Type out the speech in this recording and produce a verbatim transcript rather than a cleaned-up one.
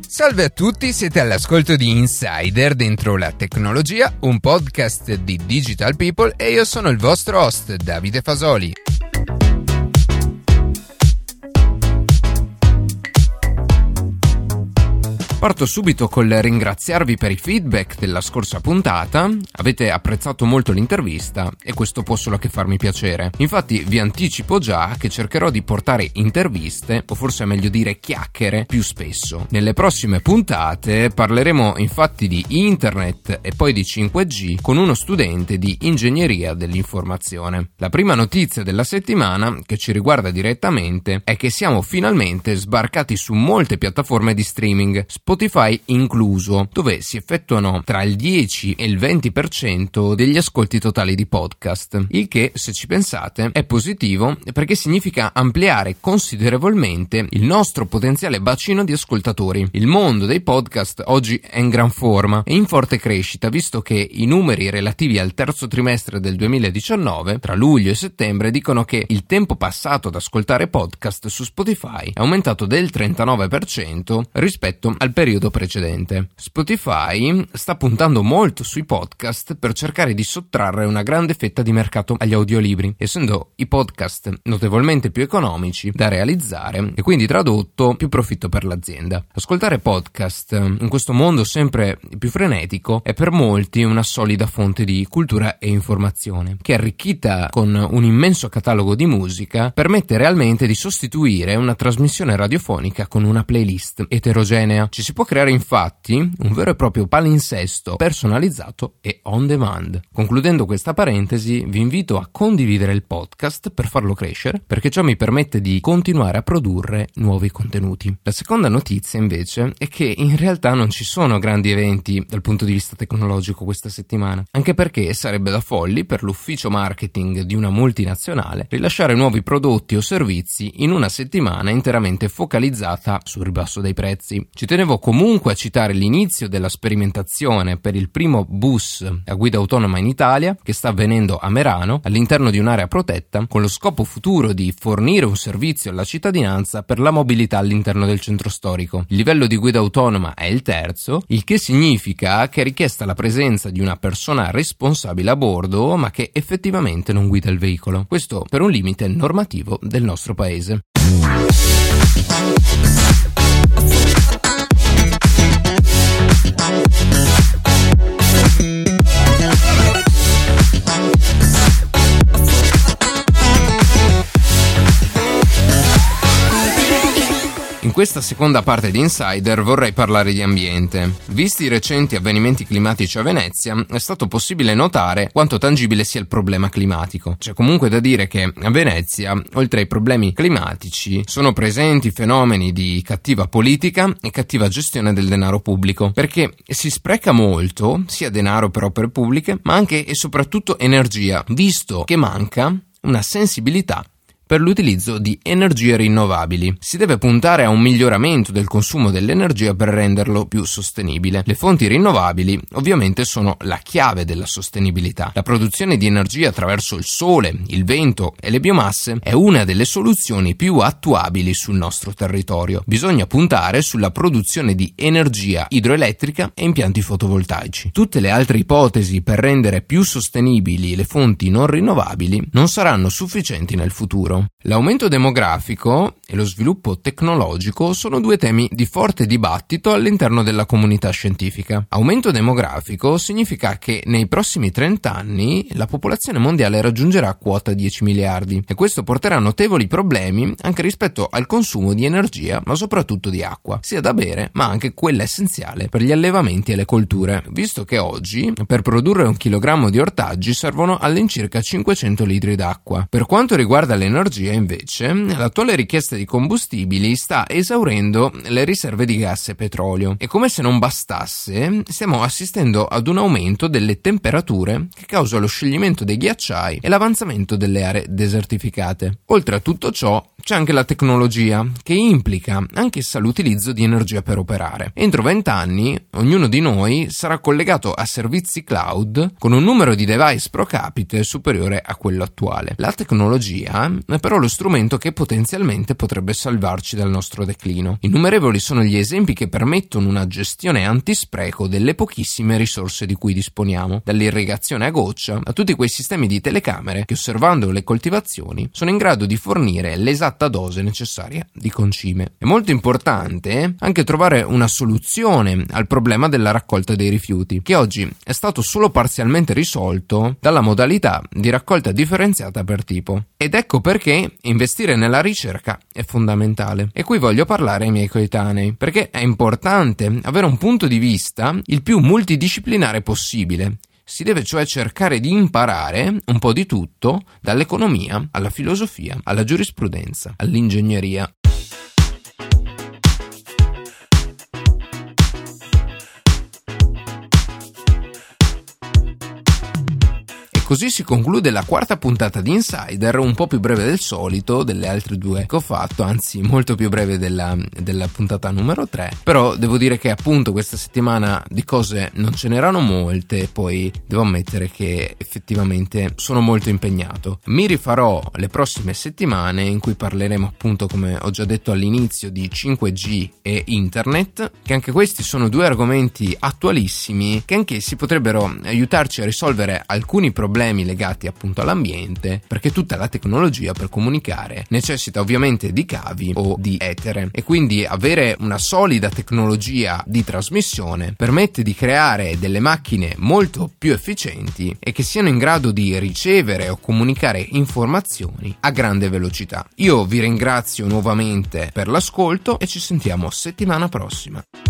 Salve a tutti, siete all'ascolto di Insider dentro la tecnologia, un podcast di Digital People e io sono il vostro host Davide Fasoli. Parto subito col ringraziarvi per i feedback della scorsa puntata. Avete apprezzato molto l'intervista e questo può solo che farmi piacere. Infatti vi anticipo già che cercherò di portare interviste, o forse è meglio dire chiacchiere, più spesso. Nelle prossime puntate parleremo infatti di internet e poi di cinque G con uno studente di ingegneria dell'informazione. La prima notizia della settimana, che ci riguarda direttamente, è che siamo finalmente sbarcati su molte piattaforme di streaming, Spotify incluso, dove si effettuano tra il dieci e il venti per cento degli ascolti totali di podcast, il che, se ci pensate, è positivo perché significa ampliare considerevolmente il nostro potenziale bacino di ascoltatori. Il mondo dei podcast oggi è in gran forma e in forte crescita, visto che i numeri relativi al terzo trimestre del duemiladiciannove, tra luglio e settembre, dicono che il tempo passato ad ascoltare podcast su Spotify è aumentato del trentanove per cento rispetto al periodo precedente. Spotify sta puntando molto sui podcast per cercare di sottrarre una grande fetta di mercato agli audiolibri, essendo i podcast notevolmente più economici da realizzare e quindi tradotto più profitto per l'azienda. Ascoltare podcast in questo mondo sempre più frenetico è per molti una solida fonte di cultura e informazione, che arricchita con un immenso catalogo di musica permette realmente di sostituire una trasmissione radiofonica con una playlist eterogenea. Ci si può creare infatti un vero e proprio palinsesto personalizzato e on demand. Concludendo questa parentesi, vi invito a condividere il podcast per farlo crescere, perché ciò mi permette di continuare a produrre nuovi contenuti. La seconda notizia invece è che in realtà non ci sono grandi eventi dal punto di vista tecnologico questa settimana, anche perché sarebbe da folli per l'ufficio marketing di una multinazionale rilasciare nuovi prodotti o servizi in una settimana interamente focalizzata sul ribasso dei prezzi. Ci tenevo comunque a citare l'inizio della sperimentazione per il primo bus a guida autonoma in Italia, che sta avvenendo a Merano all'interno di un'area protetta, con lo scopo futuro di fornire un servizio alla cittadinanza per la mobilità all'interno del centro storico. Il livello di guida autonoma è il terzo, il che significa che è richiesta la presenza di una persona responsabile a bordo, ma che effettivamente non guida il veicolo. Questo per un limite normativo del nostro paese. In questa seconda parte di Insider vorrei parlare di ambiente. Visti i recenti avvenimenti climatici a Venezia, è stato possibile notare quanto tangibile sia il problema climatico. C'è comunque da dire che a Venezia, oltre ai problemi climatici, sono presenti fenomeni di cattiva politica e cattiva gestione del denaro pubblico, perché si spreca molto, sia denaro per opere pubbliche, ma anche e soprattutto energia, visto che manca una sensibilità per l'utilizzo di energie rinnovabili. Si deve puntare a un miglioramento del consumo dell'energia per renderlo più sostenibile. Le fonti rinnovabili ovviamente sono la chiave della sostenibilità. La produzione di energia attraverso il sole, il vento e le biomasse è una delle soluzioni più attuabili sul nostro territorio. Bisogna puntare sulla produzione di energia idroelettrica e impianti fotovoltaici. Tutte le altre ipotesi per rendere più sostenibili le fonti non rinnovabili non saranno sufficienti nel futuro. L'aumento demografico e lo sviluppo tecnologico sono due temi di forte dibattito all'interno della comunità scientifica. Aumento demografico significa che nei prossimi trenta anni la popolazione mondiale raggiungerà quota dieci miliardi e questo porterà notevoli problemi anche rispetto al consumo di energia, ma soprattutto di acqua, sia da bere ma anche quella essenziale per gli allevamenti e le colture, visto che oggi per produrre un chilogrammo di ortaggi servono all'incirca cinquecento litri d'acqua. Per quanto riguarda l'energia invece, l'attuale richiesta di combustibili sta esaurendo le riserve di gas e petrolio e come se non bastasse stiamo assistendo ad un aumento delle temperature che causa lo scioglimento dei ghiacciai e l'avanzamento delle aree desertificate. Oltre a tutto ciò c'è anche la tecnologia che implica anch'essa l'utilizzo di energia per operare. Entro vent'anni ognuno di noi sarà collegato a servizi cloud con un numero di device pro capite superiore a quello attuale. La tecnologia è però lo strumento che potenzialmente potrebbe salvarci dal nostro declino. Innumerevoli sono gli esempi che permettono una gestione antispreco delle pochissime risorse di cui disponiamo, dall'irrigazione a goccia a tutti quei sistemi di telecamere che, osservando le coltivazioni, sono in grado di fornire l'esatta dose necessaria di concime. È molto importante anche trovare una soluzione al problema della raccolta dei rifiuti, che oggi è stato solo parzialmente risolto dalla modalità di raccolta differenziata per tipo. Ed ecco perché investire nella ricerca è fondamentale. E qui voglio parlare ai miei coetanei, perché è importante avere un punto di vista il più multidisciplinare possibile. Si deve cioè cercare di imparare un po' di tutto, dall'economia alla filosofia, alla giurisprudenza, all'ingegneria. Così si conclude la quarta puntata di Insider, un po' più breve del solito delle altre due che ho fatto, anzi molto più breve della, della puntata numero tre, però devo dire che appunto questa settimana di cose non ce n'erano molte, poi devo ammettere che effettivamente sono molto impegnato. Mi rifarò le prossime settimane in cui parleremo appunto, come ho già detto all'inizio, di cinque G e internet, che anche questi sono due argomenti attualissimi che anch'essi potrebbero aiutarci a risolvere alcuni problemi legati appunto all'ambiente, perché tutta la tecnologia per comunicare necessita ovviamente di cavi o di etere, e quindi avere una solida tecnologia di trasmissione permette di creare delle macchine molto più efficienti e che siano in grado di ricevere o comunicare informazioni a grande velocità. Io vi ringrazio nuovamente per l'ascolto e ci sentiamo settimana prossima.